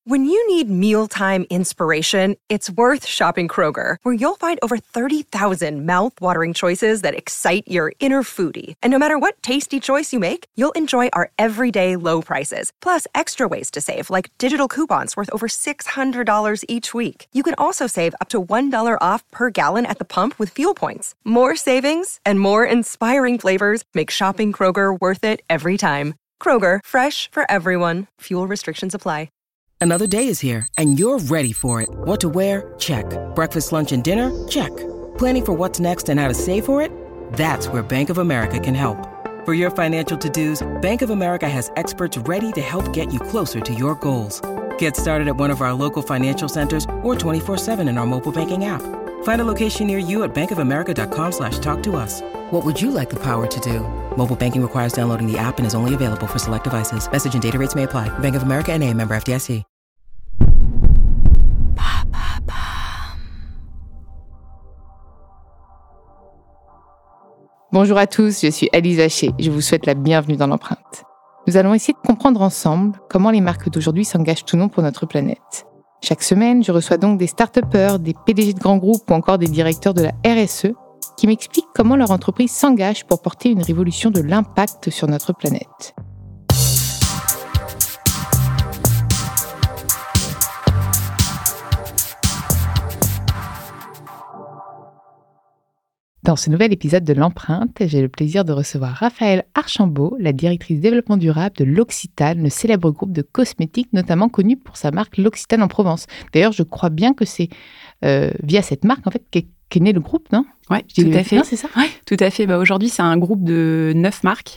When you need mealtime inspiration, it's worth shopping Kroger, where you'll find over 30,000 mouth-watering choices that excite your inner foodie. And no matter what tasty choice you make, you'll enjoy our everyday low prices, plus extra ways to save, like digital coupons worth over $600 each week. You can also save up to $1 off per gallon at the pump with fuel points. More savings and more inspiring flavors make shopping Kroger worth it every time. Kroger, fresh for everyone. Fuel restrictions apply. Another day is here, and you're ready for it. What to wear? Check. Breakfast, lunch, and dinner? Check. Planning for what's next and how to save for it? That's where Bank of America can help. For your financial to-dos, Bank of America has experts ready to help get you closer to your goals. Get started at one of our local financial centers or 24/7 in our mobile banking app. Find a location near you at bankofamerica.com/talktous. What would you like the power to do? Mobile banking requires downloading the app and is only available for select devices. Message and data rates may apply. Bank of America N.A., member FDIC. Bonjour à tous, je suis Alice Vacher. Je vous souhaite la bienvenue dans l'empreinte. Nous allons essayer de comprendre ensemble comment les marques d'aujourd'hui s'engagent ou non pour notre planète. Chaque semaine, je reçois donc des start-upers, des PDG de grands groupes ou encore des directeurs de la RSE qui m'expliquent comment leur entreprise s'engage pour porter une révolution de l'impact sur notre planète. Dans ce nouvel épisode de l'Empreinte, j'ai le plaisir de recevoir Raphaëlle Archambault, la directrice développement durable de L'Occitane, le célèbre groupe de cosmétiques notamment connu pour sa marque L'Occitane en Provence. D'ailleurs, je crois bien que c'est via cette marque en fait qu'est né le groupe, non ? Oui, tout à fait. Non, c'est ça ? Oui, tout à fait. Aujourd'hui, c'est un groupe de 8 marques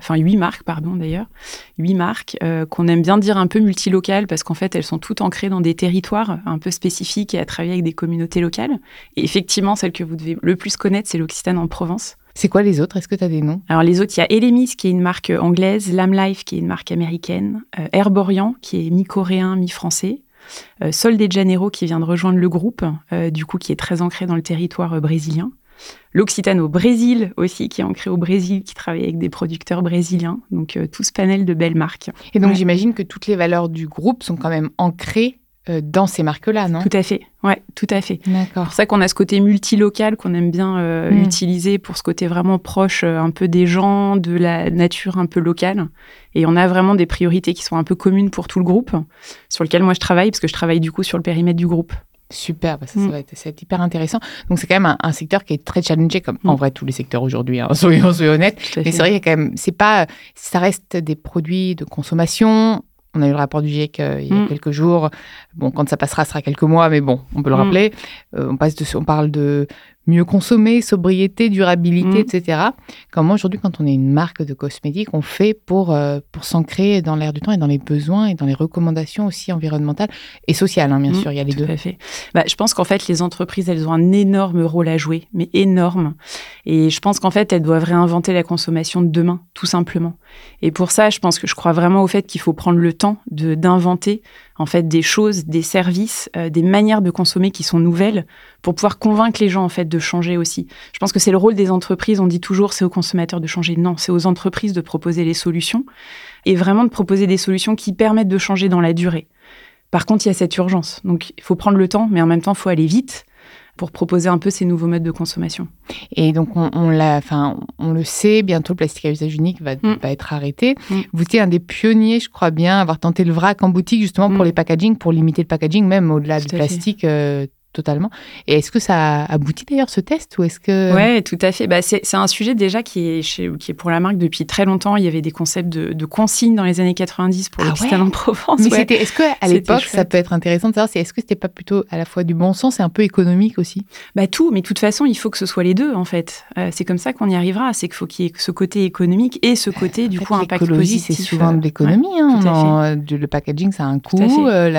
d'ailleurs. 8 marques qu'on aime bien dire un peu multilocales parce qu'en fait, elles sont toutes ancrées dans des territoires un peu spécifiques et à travailler avec des communautés locales. Et effectivement, celle que vous devez le plus connaître, c'est l'Occitane en Provence. C'est quoi les autres ? Est-ce que tu as des noms ? Alors les autres, il y a Elemis qui est une marque anglaise, Lam Life qui est une marque américaine, Herborian qui est mi-coréen, mi-français, Sol de Janeiro qui vient de rejoindre le groupe, du coup qui est très ancré dans le territoire brésilien. L'Occitane au Brésil aussi, qui est ancré au Brésil, qui travaille avec des producteurs brésiliens. Donc tout ce panel de belles marques. Et donc j'imagine que toutes les valeurs du groupe sont quand même ancrées dans ces marques-là, non ? Tout à fait, ouais, tout à fait. D'accord. C'est pour ça qu'on a ce côté multilocal qu'on aime bien utiliser pour ce côté vraiment proche un peu des gens, de la nature un peu locale. Et on a vraiment des priorités qui sont un peu communes pour tout le groupe, sur lequel moi je travaille, parce que je travaille du coup sur le périmètre du groupe. Super, ça va être hyper intéressant. Donc c'est quand même un secteur qui est très challengé, comme en vrai tous les secteurs aujourd'hui, hein, soyons honnêtes. Mais c'est vrai qu'il y a quand même, ça reste des produits de consommation. On a eu le rapport du GIEC il y a quelques jours. Bon, quand ça passera, ce sera quelques mois, mais bon, on peut le rappeler. On parle de mieux consommer, sobriété, durabilité, etc. Comment aujourd'hui, quand on est une marque de cosmétiques, on fait pour s'ancrer dans l'air du temps et dans les besoins et dans les recommandations aussi environnementales et sociales, hein, bien sûr, il y a les deux. Tout à fait. Je pense qu'en fait, les entreprises, elles ont un énorme rôle à jouer, mais énorme. Et je pense qu'en fait, elles doivent réinventer la consommation de demain, tout simplement. Et pour ça, je crois vraiment au fait qu'il faut prendre le temps d'inventer en fait des choses, des services, des manières de consommer qui sont nouvelles pour pouvoir convaincre les gens en fait de changer aussi. Je pense que c'est le rôle des entreprises. On dit toujours c'est aux consommateurs de changer. Non, c'est aux entreprises de proposer les solutions et vraiment de proposer des solutions qui permettent de changer dans la durée. Par contre, il y a cette urgence. Donc, il faut prendre le temps, mais en même temps, il faut aller vite pour proposer un peu ces nouveaux modes de consommation. Et donc, on le sait, bientôt, le plastique à usage unique va être arrêté. Vous étiez un des pionniers, je crois bien, avoir tenté le vrac en boutique, justement, pour les packaging, pour limiter le packaging, même au-delà du plastique totalement. Et est-ce que ça a abouti, d'ailleurs, ce test, ou est-ce que... Oui, tout à fait. C'est un sujet, déjà, qui est pour la marque depuis très longtemps. Il y avait des concepts de consignes dans les années 90 pour l'Occitane en Provence. Mais est-ce qu'à l'époque, ça peut être intéressant de savoir, est-ce que c'était pas plutôt à la fois du bon sens et un peu économique aussi ? Tout, mais de toute façon, il faut que ce soit les deux, en fait. C'est comme ça qu'on y arrivera. C'est qu'il faut qu'il y ait ce côté économique et ce côté, du coup, impact positif. C'est souvent de l'économie. Le packaging, ça a un coût.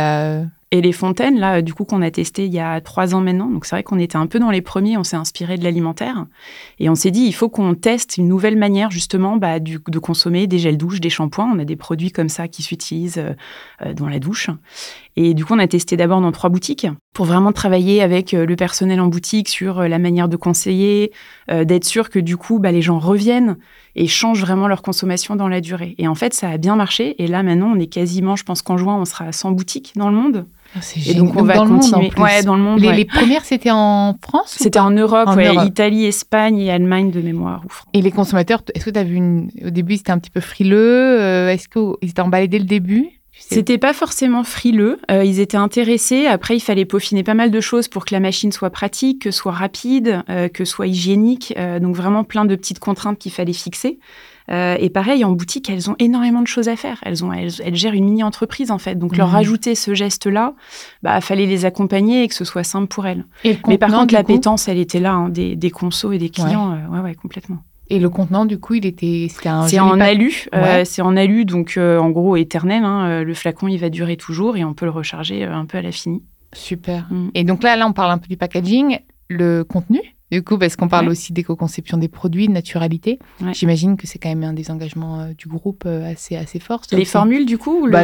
Et les fontaines, là, du coup, qu'on a testé il y a 3 ans maintenant. Donc, c'est vrai qu'on était un peu dans les premiers. On s'est inspiré de l'alimentaire. Et on s'est dit, il faut qu'on teste une nouvelle manière, justement, de consommer des gels douche, des shampoings. On a des produits comme ça qui s'utilisent dans la douche. Et du coup, on a testé d'abord dans 3 boutiques pour vraiment travailler avec le personnel en boutique sur la manière de conseiller, d'être sûr que du coup, les gens reviennent et changent vraiment leur consommation dans la durée. Et en fait, ça a bien marché. Et là, maintenant, on est quasiment, je pense qu'en juin, on sera à 100 boutiques dans le monde. C'est et donc, on va continuer. Dans le monde. Les premières, c'était en France? C'était en Europe, Italie, Espagne et Allemagne de mémoire. Ou France. Et les consommateurs, est-ce que tu as vu au début, ils étaient un petit peu frileux? Est-ce qu'ils étaient emballés dès le début? C'était pas forcément frileux. Ils étaient intéressés. Après, il fallait peaufiner pas mal de choses pour que la machine soit pratique, que soit rapide, que soit hygiénique. Donc, vraiment plein de petites contraintes qu'il fallait fixer. Et pareil, en boutique, elles ont énormément de choses à faire. Elles gèrent une mini-entreprise, en fait. Donc, leur rajouter ce geste-là, fallait les accompagner et que ce soit simple pour elles. Mais par contre, l'appétence, elle était là, des consos et des clients. Ouais, complètement. Et le contenant, du coup, c'était un... C'est en alu. C'est en alu, donc en gros éternel. Le flacon, il va durer toujours et on peut le recharger un peu à l'infini. Super. Et donc là, on parle un peu du packaging. Le contenu, du coup, parce qu'on parle aussi d'éco-conception des produits, de naturalité. Ouais. J'imagine que c'est quand même un des engagements du groupe assez fort. Les formules, du coup Oui,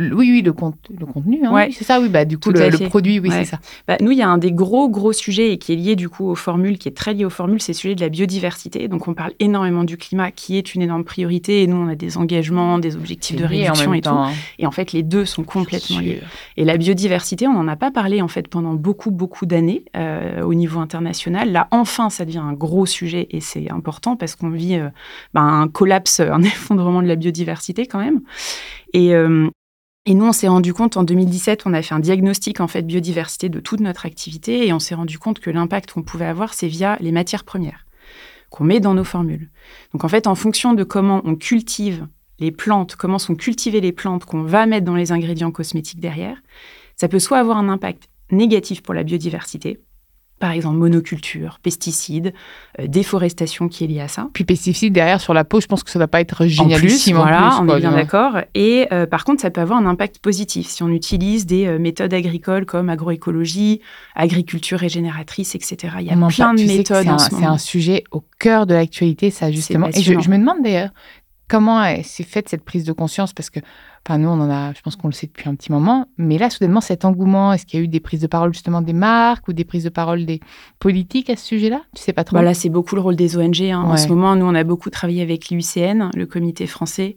le contenu. Hein, oui, c'est ça, oui. Du coup, le produit, oui, c'est ça. Nous, il y a un des gros sujets et qui est lié, du coup, aux formules, qui est très lié aux formules, c'est le sujet de la biodiversité. Donc, on parle énormément du climat, qui est une énorme priorité. Et nous, on a des engagements, des objectifs de réduction et tout. Et en fait, les deux sont complètement liés. Et la biodiversité, on n'en a pas parlé, en fait, pendant beaucoup d'années au niveau international. Là, enfin, ça devient un gros sujet et c'est important parce qu'on vit un collapse, un effondrement de la biodiversité quand même. Et nous, on s'est rendu compte en 2017, on a fait un diagnostic en fait biodiversité de toute notre activité et on s'est rendu compte que l'impact qu'on pouvait avoir, c'est via les matières premières qu'on met dans nos formules. Donc en fait, en fonction de comment on cultive les plantes, comment sont cultivées les plantes qu'on va mettre dans les ingrédients cosmétiques derrière, ça peut soit avoir un impact négatif pour la biodiversité, par exemple monoculture, pesticides, déforestation qui est liée à ça. Puis pesticides derrière sur la peau, je pense que ça ne va pas être génialissime en plus. On est bien d'accord. Et par contre, ça peut avoir un impact positif si on utilise des méthodes agricoles comme agroécologie, agriculture régénératrice, etc. Il y a plein de méthodes en ce moment. C'est un sujet au cœur de l'actualité, ça justement. Et je me demande d'ailleurs comment s'est faite cette prise de conscience parce que nous, on en a, je pense qu'on le sait depuis un petit moment, mais là, soudainement, cet engouement, est-ce qu'il y a eu des prises de parole justement des marques ou des prises de parole des politiques à ce sujet-là? Tu sais pas trop. Là, c'est beaucoup le rôle des ONG. En ce moment, nous, on a beaucoup travaillé avec l'UICN, le comité français.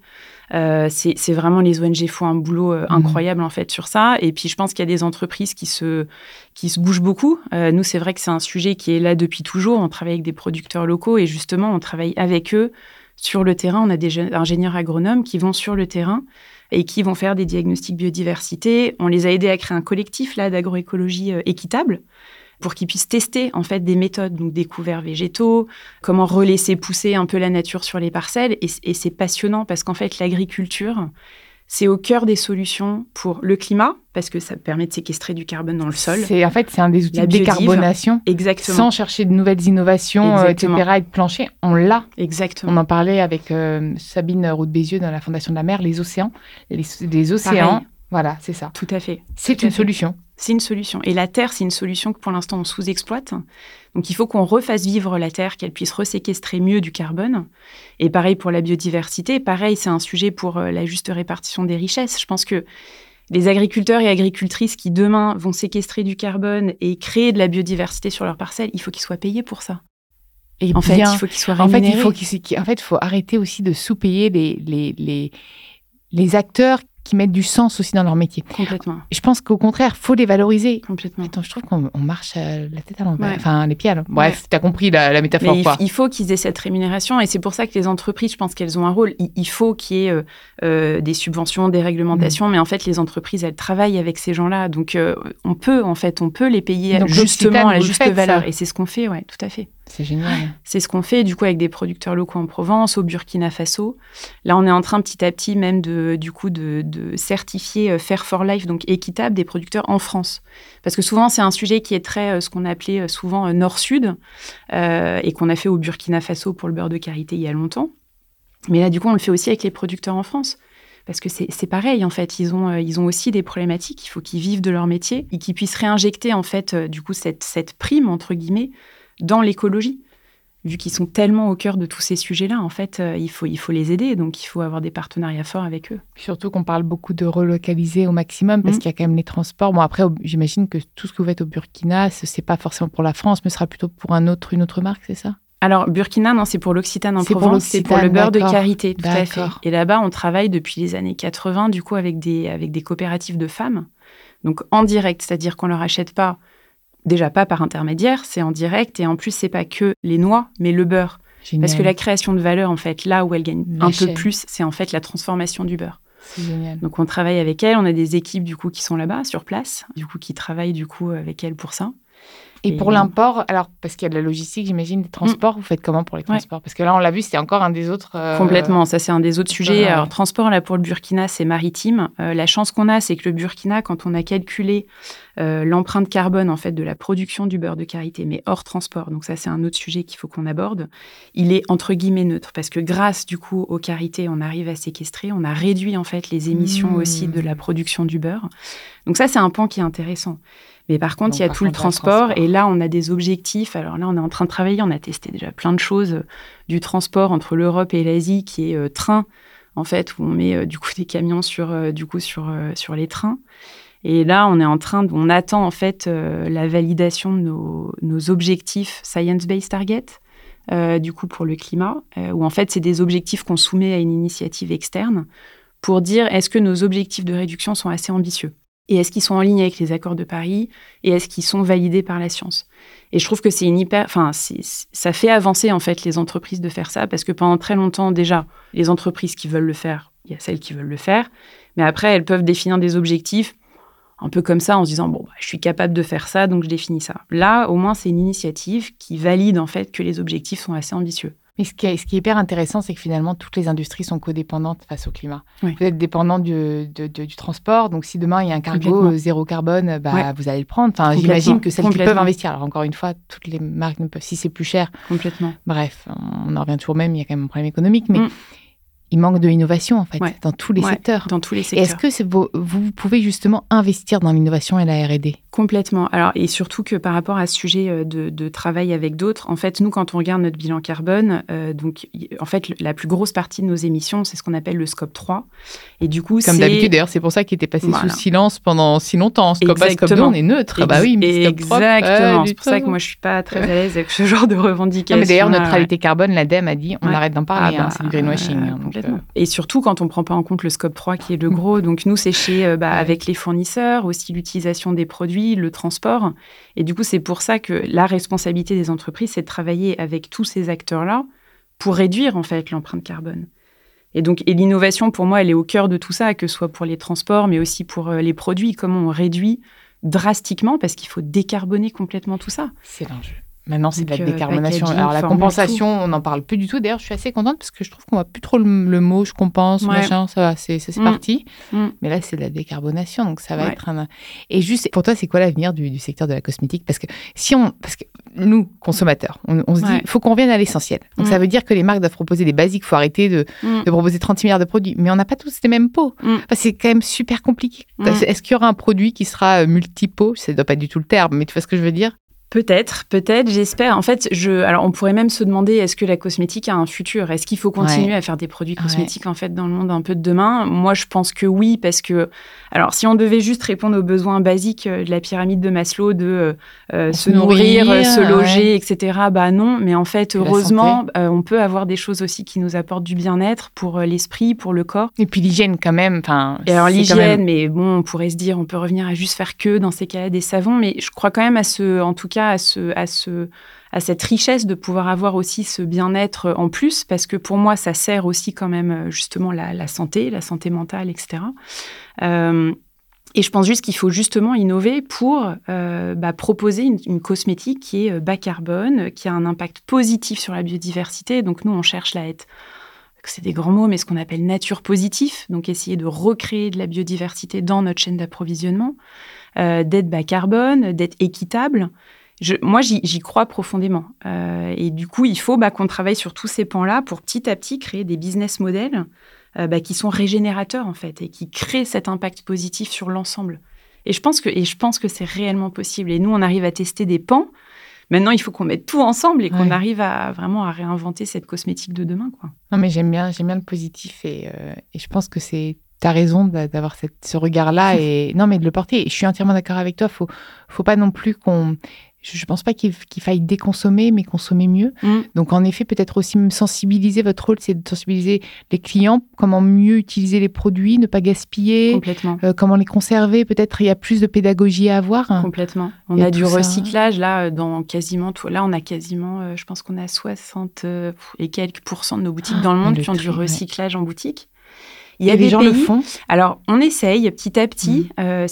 C'est vraiment, les ONG font un boulot incroyable, en fait, sur ça. Et puis, je pense qu'il y a des entreprises qui se bougent beaucoup. Nous, c'est vrai que c'est un sujet qui est là depuis toujours. On travaille avec des producteurs locaux et justement, on travaille avec eux sur le terrain. On a des ingénieurs agronomes qui vont sur le terrain et qui vont faire des diagnostics biodiversité. On les a aidés à créer un collectif là d'agroécologie équitable pour qu'ils puissent tester en fait des méthodes, donc des couverts végétaux, comment relaisser pousser un peu la nature sur les parcelles. Et c'est passionnant parce qu'en fait, l'agriculture, c'est au cœur des solutions pour le climat, parce que ça permet de séquestrer du carbone dans le sol. C'est un des outils de décarbonation. Exactement. Sans chercher de nouvelles innovations, etc., et de plancher. On l'a. Exactement. On en parlait avec Sabine Roux-Bézieux dans la Fondation de la Mer, les océans. Les océans, pareil. Voilà, c'est ça. Tout à fait. C'est une solution. C'est une solution. Et la Terre, c'est une solution que pour l'instant, on sous-exploite. Donc, il faut qu'on refasse vivre la Terre, qu'elle puisse reséquestrer mieux du carbone. Et pareil pour la biodiversité. Pareil, c'est un sujet pour la juste répartition des richesses. Je pense que les agriculteurs et agricultrices qui, demain, vont séquestrer du carbone et créer de la biodiversité sur leurs parcelles, il faut qu'ils soient payés pour ça. Et en fait, il faut qu'ils soient rémunérés. Il faut arrêter aussi de sous-payer les acteurs qui mettent du sens aussi dans leur métier. Complètement. Je pense qu'au contraire, il faut les valoriser. Complètement. Attends, je trouve qu'on marche la tête à l'envers. Ouais. Enfin, les pieds à l'envers. Bref, tu as compris la métaphore. Mais il faut qu'ils aient cette rémunération et c'est pour ça que les entreprises, je pense qu'elles ont un rôle. Il faut qu'il y ait des subventions, des réglementations, mais en fait, les entreprises, elles travaillent avec ces gens-là. Donc, on peut les payer donc, justement à la juste valeur. Ça. Et c'est ce qu'on fait, ouais, tout à fait. C'est génial. C'est ce qu'on fait, du coup, avec des producteurs locaux en Provence, au Burkina Faso. Là, on est en train, petit à petit, même de certifier Fair for Life, donc équitable, des producteurs en France. Parce que souvent, c'est un sujet qui est très, ce qu'on appelait souvent Nord-Sud, et qu'on a fait au Burkina Faso pour le beurre de karité il y a longtemps. Mais là, du coup, on le fait aussi avec les producteurs en France. Parce que c'est pareil, en fait. Ils ont aussi des problématiques. Il faut qu'ils vivent de leur métier et qu'ils puissent réinjecter, en fait, du coup, cette prime, entre guillemets, dans l'écologie. vu qu'ils sont tellement au cœur de tous ces sujets-là, en fait, il faut les aider. Donc, il faut avoir des partenariats forts avec eux. Surtout qu'on parle beaucoup de relocaliser au maximum parce qu'il y a quand même les transports. Bon, après, j'imagine que tout ce que vous faites au Burkina, c'est pas forcément pour la France, mais ce sera plutôt pour une autre marque, c'est ça? Alors, Burkina, non, c'est pour l'Occitane en Provence. C'est pour le beurre de karité, tout à fait. Et là-bas, on travaille depuis les années 80, du coup, avec des coopératives de femmes. Donc, en direct, c'est-à-dire qu'on ne leur achète pas, déjà pas par intermédiaire, c'est en direct. Et en plus, c'est pas que les noix, mais le beurre. Génial. Parce que la création de valeur, en fait, là où elle gagne un peu plus, c'est en fait la transformation du beurre. C'est génial. Donc, on travaille avec elles. On a des équipes, du coup, qui sont là-bas, sur place, du coup, qui travaillent, du coup, avec elles pour ça. Et pour l'import, alors, parce qu'il y a de la logistique, j'imagine, des transports, vous faites comment pour les transports? Parce que là, on l'a vu, c'était encore un des autres... Complètement, ça, c'est un des autres sujets. Alors, transport, là, pour le Burkina, c'est maritime. La chance qu'on a, c'est que le Burkina, quand on a calculé l'empreinte carbone, en fait, de la production du beurre de karité, mais hors transport, donc ça, c'est un autre sujet qu'il faut qu'on aborde, il est, entre guillemets, neutre. Parce que grâce, du coup, au karité, on arrive à séquestrer, on a réduit, en fait, les émissions aussi de la production du beurre. Donc ça, c'est un pan qui est intéressant. Mais par contre, il y a tout le transport. Et là, on a des objectifs. Alors là, on est en train de travailler. On a testé déjà plein de choses. Du transport entre l'Europe et l'Asie, qui est train, en fait, où on met du coup des camions sur les trains. Et là, on attend en fait la validation de nos objectifs Science-Based Target, du coup pour le climat, où en fait, c'est des objectifs qu'on soumet à une initiative externe pour dire est-ce que nos objectifs de réduction sont assez ambitieux ? Et est-ce qu'ils sont en ligne avec les accords de Paris? Et est-ce qu'ils sont validés par la science? Et je trouve que ça fait avancer en fait les entreprises de faire ça, parce que pendant très longtemps déjà, les entreprises qui veulent le faire, il y a celles qui veulent le faire, mais après elles peuvent définir des objectifs un peu comme ça en se disant bon, je suis capable de faire ça, donc je définis ça. Là, au moins, c'est une initiative qui valide en fait que les objectifs sont assez ambitieux. Mais ce qui est hyper intéressant, c'est que finalement, toutes les industries sont codépendantes face au climat. Oui. Vous êtes dépendant du transport, donc si demain, il y a un cargo zéro carbone, vous allez le prendre. Enfin, j'imagine que celles qui peuvent investir. Alors, encore une fois, toutes les marques ne peuvent, si c'est plus cher. Complètement. Bref, on en revient toujours même, il y a quand même un problème économique, mais il manque de l'innovation, en fait, dans tous les secteurs. Dans tous les secteurs. Et est-ce que vous pouvez justement investir dans l'innovation et la R&D? Complètement. Alors, et surtout que par rapport à ce sujet de travail avec d'autres, en fait, nous, quand on regarde notre bilan carbone, donc, en fait, la plus grosse partie de nos émissions, c'est ce qu'on appelle le scope 3. Et du coup, comme d'habitude, d'ailleurs, c'est pour ça qu'il était passé sous silence pendant si longtemps. Scope 1, Scope 2, on est neutre. Bah oui, mais Scope 3, exactement. C'est pour ça que moi, je suis pas très à l'aise avec ce genre de revendication. Mais d'ailleurs, neutralité carbone, l'ADEME a dit, on arrête d'en parler, c'est du greenwashing. Et surtout, quand on prend pas en compte le scope 3, qui est le gros. Donc, nous, c'est avec les fournisseurs, aussi l'utilisation des produits, le transport. Et du coup, c'est pour ça que la responsabilité des entreprises, c'est de travailler avec tous ces acteurs-là pour réduire, en fait, l'empreinte carbone. Et l'innovation, pour moi, elle est au cœur de tout ça, que ce soit pour les transports, mais aussi pour les produits. Comment on réduit drastiquement, parce qu'il faut décarboner complètement tout ça. C'est l'enjeu. Maintenant, c'est de la décarbonation. Alors, la compensation, on n'en parle plus du tout. D'ailleurs, je suis assez contente parce que je trouve qu'on voit plus trop le mot « je compense », machin, ça va, c'est parti. Mais là, c'est de la décarbonation, donc ça va être un... Et juste, pour toi, c'est quoi l'avenir du secteur de la cosmétique? Parce que nous, consommateurs, on se dit, il faut qu'on revienne à l'essentiel. Donc, ça veut dire que les marques doivent proposer des basiques, il faut arrêter de proposer 36 milliards de produits. Mais on n'a pas tous les mêmes pots. Enfin, c'est quand même super compliqué. Est-ce qu'il y aura un produit qui sera multi-pot? Ça ne doit pas être du tout le terme, mais tu vois ce que je veux dire? Peut-être, j'espère. En fait, alors on pourrait même se demander, est-ce que la cosmétique a un futur? Est-ce qu'il faut continuer à faire des produits cosmétiques en fait dans le monde un peu de demain? Moi, je pense que oui, parce que alors si on devait juste répondre aux besoins basiques de la pyramide de Maslow, de se nourrir, se loger, etc. Bah non, mais en fait, heureusement, on peut avoir des choses aussi qui nous apportent du bien-être pour l'esprit, pour le corps. Et puis l'hygiène quand même. Et alors l'hygiène, mais bon, on pourrait se dire, on peut revenir à juste faire que dans ces cas-là des savons, mais je crois quand même à cette richesse de pouvoir avoir aussi ce bien-être en plus, parce que pour moi, ça sert aussi quand même justement la santé mentale, etc. Et je pense juste qu'il faut justement innover pour proposer une cosmétique qui est bas carbone, qui a un impact positif sur la biodiversité. Donc nous, on cherche à être, c'est des grands mots, mais ce qu'on appelle nature positif, donc essayer de recréer de la biodiversité dans notre chaîne d'approvisionnement, d'être bas carbone, d'être équitable. Moi, j'y crois profondément. Et du coup, il faut qu'on travaille sur tous ces pans-là pour petit à petit créer des business models qui sont régénérateurs, en fait, et qui créent cet impact positif sur l'ensemble. Et je pense que c'est réellement possible. Et nous, on arrive à tester des pans Maintenant, il faut qu'on mette tout ensemble et qu'on arrive à vraiment à réinventer cette cosmétique de demain, quoi. Non, mais j'aime bien le positif et je pense que t'as raison d'avoir ce regard-là et non, mais de le porter. Et je suis entièrement d'accord avec toi. Faut pas non plus je pense pas qu'il faille déconsommer, mais consommer mieux. Donc, en effet, peut-être aussi me sensibiliser. Votre rôle, c'est de sensibiliser les clients, comment mieux utiliser les produits, ne pas gaspiller. Complètement. Comment les conserver. Peut-être il y a plus de pédagogie à avoir. Complètement. On a du recyclage, là, dans quasiment tout. Là, on a quasiment, je pense qu'on a 60 et quelques % de nos boutiques dans le monde qui ont du recyclage en boutique. Il y a des gens pays, le font. Alors, on essaye petit à petit.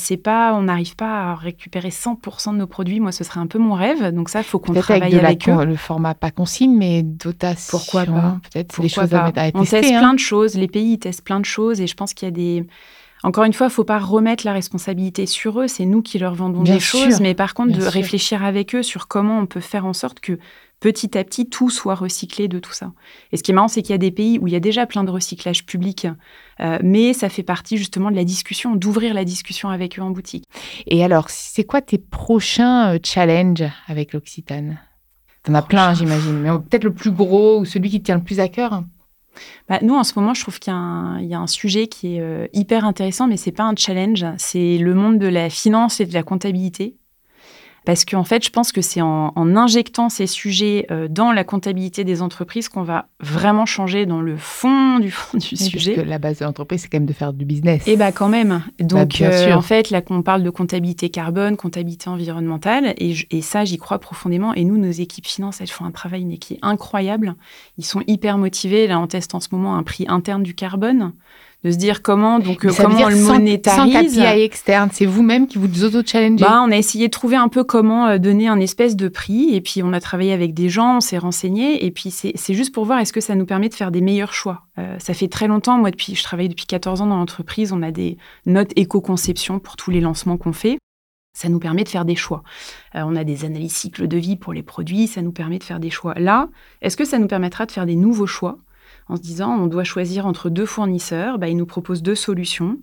On n'arrive pas à récupérer 100% de nos produits. Moi, ce serait un peu mon rêve. Donc ça, il faut qu'on travaille avec eux. Le format pas consigne, mais dotation. Pourquoi pas? Peut-être c'est des choses à tester. On teste plein de choses. Les pays, ils testent plein de choses. Et je pense qu'il y a des... Encore une fois, il ne faut pas remettre la responsabilité sur eux. C'est nous qui leur vendons des choses. Mais par contre, réfléchir avec eux sur comment on peut faire en sorte que petit à petit, tout soit recyclé de tout ça. Et ce qui est marrant, c'est qu'il y a des pays où il y a déjà plein de recyclage public, mais ça fait partie justement de la discussion, d'ouvrir la discussion avec eux en boutique. Et alors, c'est quoi tes prochains challenges avec l'Occitane? T'en as plein, j'imagine, mais peut-être le plus gros ou celui qui te tient le plus à cœur? Nous, en ce moment, je trouve qu'il y a un sujet qui est hyper intéressant, mais c'est pas un challenge, c'est le monde de la finance et de la comptabilité. Parce qu'en fait, je pense que c'est en injectant ces sujets dans la comptabilité des entreprises qu'on va vraiment changer dans le fond du sujet. Parce que la base de l'entreprise, c'est quand même de faire du business. Et quand même. Donc, en fait, là, qu'on parle de comptabilité carbone, comptabilité environnementale, et ça, j'y crois profondément. Et nous, nos équipes finance, elles font un travail qui est incroyable. Ils sont hyper motivés. Là, on teste en ce moment un prix interne du carbone. De se dire comment on le monétarise. Sans KPI externe, c'est vous-même qui vous auto-challengez. On a essayé de trouver un peu comment donner un espèce de prix. Et puis, on a travaillé avec des gens, on s'est renseigné. Et puis, c'est juste pour voir est-ce que ça nous permet de faire des meilleurs choix. Ça fait très longtemps. Moi, je travaille depuis 14 ans dans l'entreprise. On a des notes éco-conception pour tous les lancements qu'on fait. Ça nous permet de faire des choix. On a des analyses cycle de vie pour les produits. Ça nous permet de faire des choix. Là, est-ce que ça nous permettra de faire des nouveaux choix ? En se disant, on doit choisir entre 2 fournisseurs, ils nous proposent 2 solutions.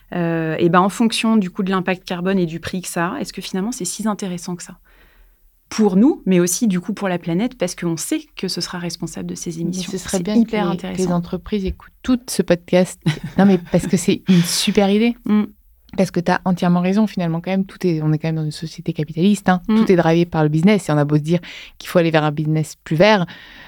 En fonction du coût de l'impact carbone et du prix que ça a, est-ce que finalement c'est si intéressant que ça? Pour nous, mais aussi du coup pour la planète, parce qu'on sait que ce sera responsable de ces émissions. Mais ce serait bien que les entreprises écoutent tout ce podcast. Non, mais parce que c'est une super idée. Parce que tu as entièrement raison, finalement, quand même, on est quand même dans une société capitaliste. Tout est drivé par le business. Et on a beau se dire qu'il faut aller vers un business plus vert.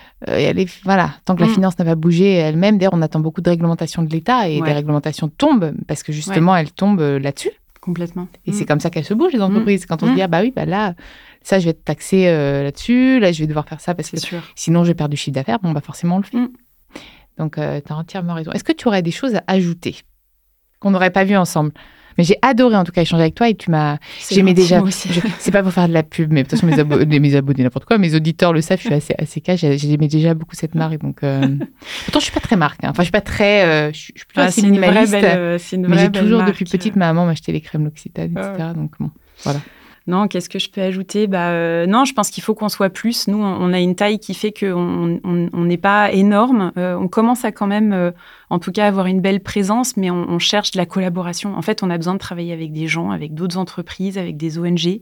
Tant que la finance n'a pas bougé elle-même, d'ailleurs, on attend beaucoup de réglementations de l'État et des réglementations tombent parce que justement, elles tombent là-dessus. Complètement. Et c'est comme ça qu'elles se bougent, les entreprises. Quand on se dit, là, ça, je vais être taxé là-dessus, là, je vais devoir faire ça parce que sinon, je vais perdre du chiffre d'affaires. Forcément, on le fait. Donc, tu as entièrement raison. Est-ce que tu aurais des choses à ajouter qu'on n'aurait pas vues ensemble? Mais j'ai adoré en tout cas échanger avec toi et j'aimais déjà. C'est pas pour faire de la pub, mais de toute façon mes abonnés n'importe quoi, mes auditeurs le savent, je suis assez cash. J'aimais déjà beaucoup cette marque, donc. Pourtant je suis pas très marque. Enfin je suis pas très. Je suis plutôt assez minimaliste. Mais j'ai toujours depuis petite ma maman m'achetait les crèmes L'Occitane, etc. Donc bon, voilà. Non, qu'est-ce que je peux ajouter? Non, je pense qu'il faut qu'on soit plus. Nous, on a une taille qui fait qu'on n'est pas énorme. On commence à quand même, en tout cas, avoir une belle présence, mais on cherche de la collaboration. En fait, on a besoin de travailler avec des gens, avec d'autres entreprises, avec des ONG.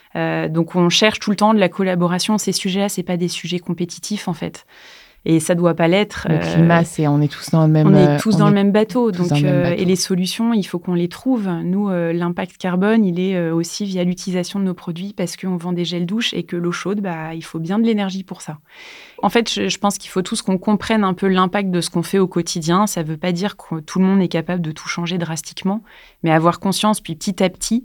Donc, on cherche tout le temps de la collaboration. Ces sujets-là, c'est pas des sujets compétitifs, en fait. Et ça doit pas l'être. Le climat, on est tous dans le même. On est tous dans le même bateau. Donc, et les solutions, il faut qu'on les trouve. Nous, l'impact carbone, il est aussi via l'utilisation de nos produits parce qu'on vend des gels douche et que l'eau chaude, il faut bien de l'énergie pour ça. En fait, je pense qu'il faut tous qu'on comprenne un peu l'impact de ce qu'on fait au quotidien. Ça veut pas dire que tout le monde est capable de tout changer drastiquement, mais avoir conscience, puis petit à petit,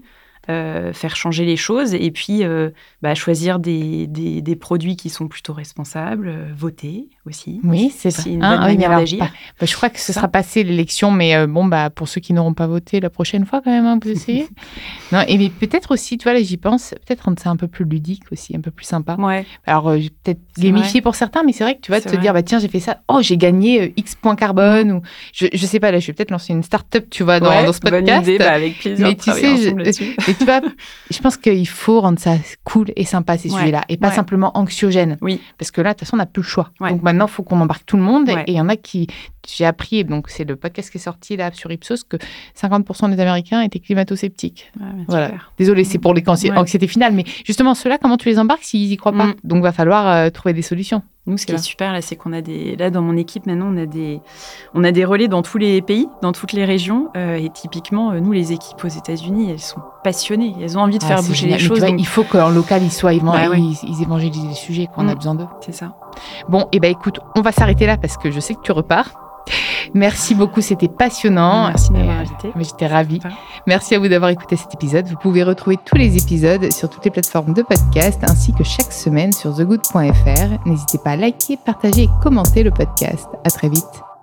faire changer les choses et puis choisir des produits qui sont plutôt responsables, voter aussi. Oui, c'est aussi une bonne manière d'agir. Je crois que ce sera passé l'élection, mais pour ceux qui n'auront pas voté la prochaine fois quand même, vous essayez. Non, et mais peut-être aussi, tu vois, là j'y pense, peut-être rendre ça un peu plus ludique aussi, un peu plus sympa. Ouais. Alors peut-être gamifier pour certains, mais c'est vrai que tu vas te dire, tiens, j'ai fait ça, j'ai gagné X points carbone, ou je sais pas, là je vais peut-être lancer une start-up, tu vois, dans ce podcast. Bonne idée, avec plaisir. Mais tu sais, tu vois, je pense qu'il faut rendre ça cool et sympa, ces sujets-là, et pas simplement anxiogène. Oui. Parce que là, de toute façon, on n'a plus le choix. Ouais. Donc maintenant, il faut qu'on embarque tout le monde. Et il y en a qui... J'ai appris, donc c'est le podcast qui est sorti là sur Ipsos, que 50% des Américains étaient climato-sceptiques. Voilà. Désolée, c'est pour les anxiétés finales, mais justement, ceux-là, comment tu les embarques s'ils n'y croient pas? Donc, il va falloir trouver des solutions. Nous, ce qui est super, là, c'est qu'on a là, dans mon équipe, maintenant, on a des relais dans tous les pays, dans toutes les régions. Et typiquement, nous, les équipes aux États-Unis, elles sont passionnées. Elles ont envie de faire bouger les choses. Donc... Il faut qu'en local, ils évangélisent les sujets, qu'on a besoin d'eux. C'est ça. Bon, et écoute, on va s'arrêter là parce que je sais que tu repars. Merci beaucoup, c'était passionnant. Merci de m'avoir invité. J'étais ravie. Merci à vous d'avoir écouté cet épisode. Vous pouvez retrouver tous les épisodes sur toutes les plateformes de podcast ainsi que chaque semaine sur thegood.fr. N'hésitez pas à liker, partager et commenter le podcast. À très vite.